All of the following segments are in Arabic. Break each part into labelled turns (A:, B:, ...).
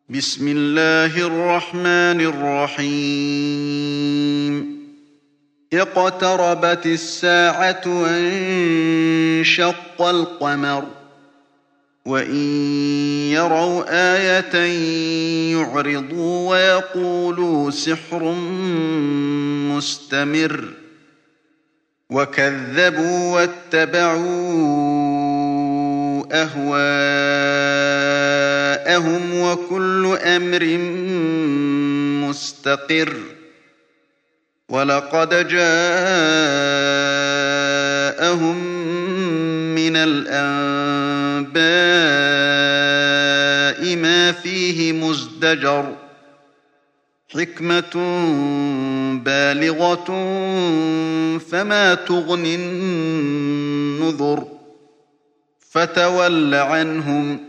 A: بسم الله الرحمن الرحيم اقتربت الساعة وانشق القمر وإن يروا آية يعرضوا ويقولوا سحر مستمر وكذبوا واتبعوا أهواءهم وكل أمر مستقر ولقد جاءهم من الأنباء ما فيه مزدجر حكمة بالغة فما تغني النذر فتول عنهم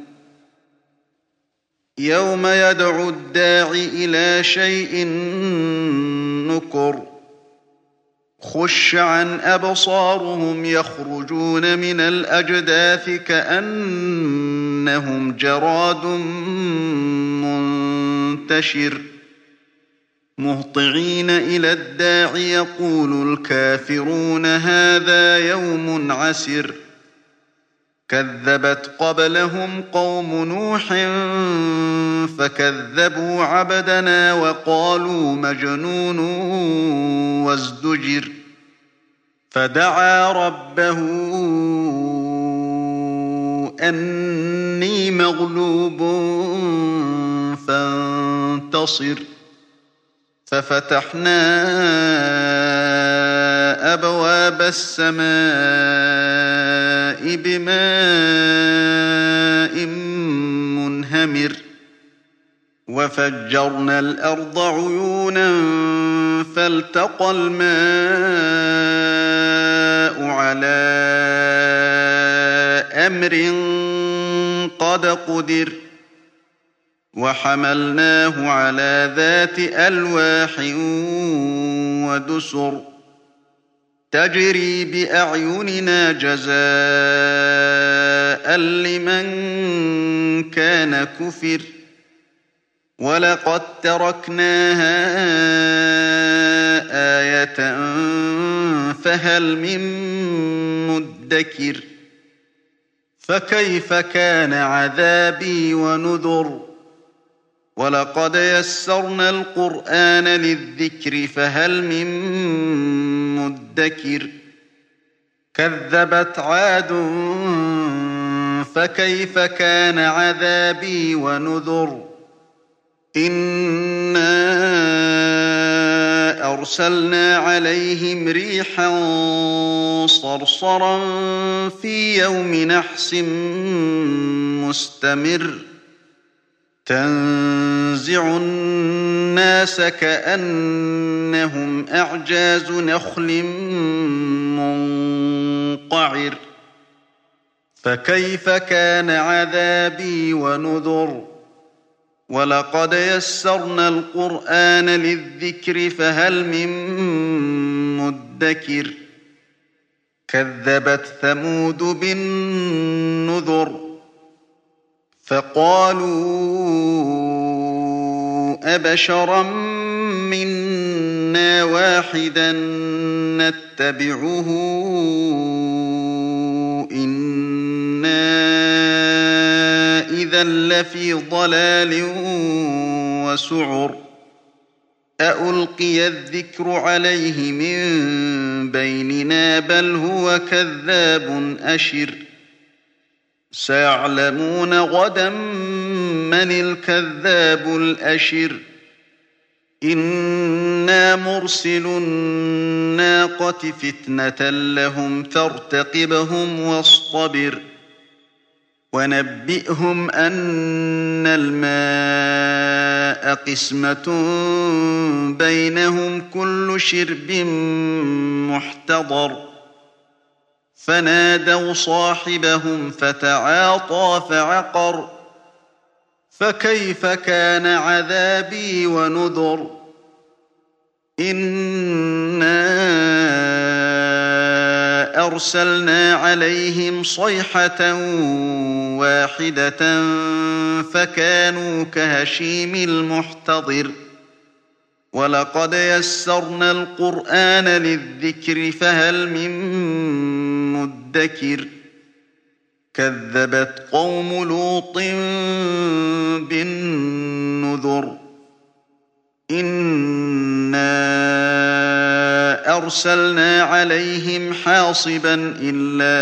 A: يوم يدعو الداع إلى شيء نكر خش عن أبصارهم يخرجون من الأجداث كأنهم جراد منتشر مهطعين إلى الداع يقول الكافرون هذا يوم عسر كذبت قبلهم قوم نوح فكذبوا عبدنا وقالوا مجنون وازدجر فدعا ربه أني مغلوب فانتصر ففتحنا أبواب السماء بماء منهمر وفجرنا الأرض عيونا فالتقى الماء على أمر قد قدر وحملناه على ذات ألواح ودسر تجري بأعيننا جزاء لمن كان كفر ولقد تركناها آية فهل من مدكر فكيف كان عذابي ونذر ولقد يسرنا القرآن للذكر فهل من مدكر كذبت عاد فكيف كان عذابي ونذر إنا أرسلنا عليهم ريحا صرصرا في يوم نحس مستمر تنزع الناس كأنهم أعجاز نخل منقعر فكيف كان عذابي ونذر ولقد يسرنا القرآن للذكر فهل من مدكر كذبت ثمود بالنذر فقالوا أبشرا منا واحدا نتبعه إنا إذا لفي ضلال وسعر أألقي الذكر عليه من بيننا بل هو كذاب أشر سيعلمون غدا من الكذاب الأشر إنا مرسل الناقة فتنة لهم فارتقبهم واصطبر ونبئهم أن الماء قسمة بينهم كل شرب محتضر فنادوا صاحبهم فتعاطى فعقر فكيف كان عذابي ونذر إنا فأرسلنا عليهم صيحة واحدة فكانوا كهشيم المحتضر ولقد يسرنا القرآن للذكر فهل من مدكر كذبت قوم لوط بالنذر إنا أرسلنا عليهم حاصبا إلا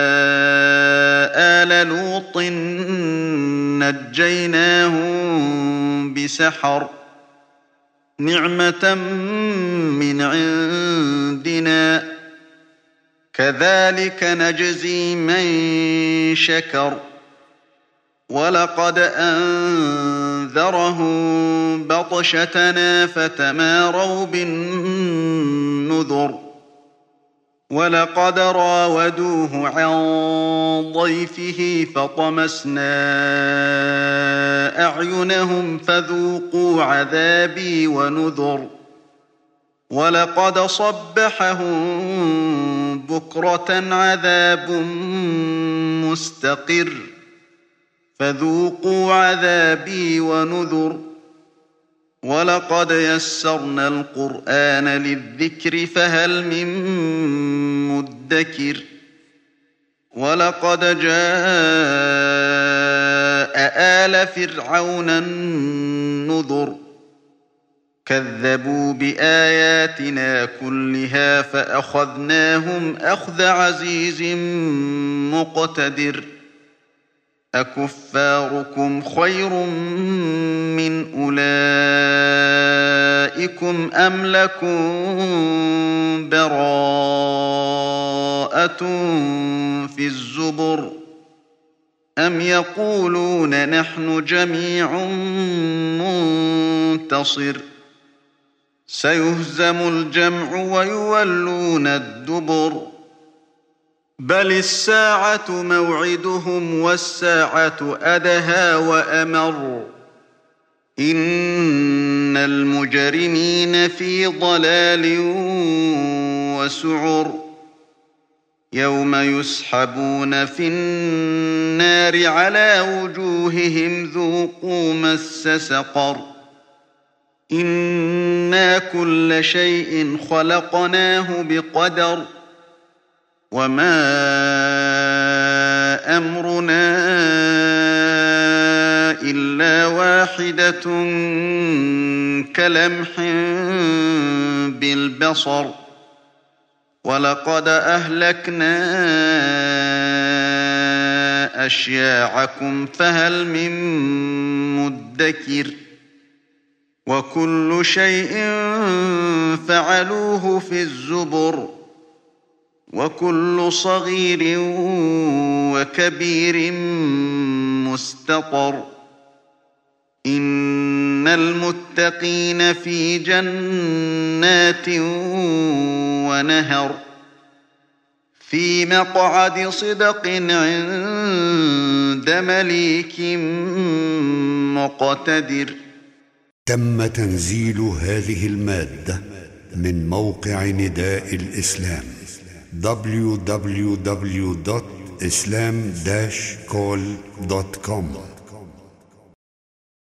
A: آل لوط نجيناهم بسحر نعمة من عندنا كذلك نجزي من شكر ولقد أنذرهم بطشتنا فتماروا بالنذر ولقد راودوه عن ضيفه فطمسنا أعينهم فذوقوا عذابي ونذر ولقد صبحهم بكرة عذاب مستقر فذوقوا عذابي ونذر ولقد يسرنا القرآن للذكر فهل من مدكر ولقد جاء آل فرعون النذر كذبوا بآياتنا كلها فأخذناهم أخذ عزيز مقتدر أكفاركم خير من أولئكم أم لكم براءة في الزبر أم يقولون نحن جميع منتصر سيهزم الجمع ويولون الدبر بل الساعة موعدهم والساعة أدهى وأمر إن المجرمين في ضلال وسعر يوم يسحبون في النار على وجوههم ذوقوا مس سقر إنا كل شيء خلقناه بقدر وما أمرنا إلا واحدة كلمح بالبصر ولقد أهلكنا أشياعكم فهل من مدكر وكل شيء فعلوه في الزبر وكل صغير وكبير مستطر إن المتقين في جنات ونهر في مقعد صدق عند مليك مقتدر.
B: تم تنزيل هذه المادة من موقع نداء الإسلام www.islam-call.com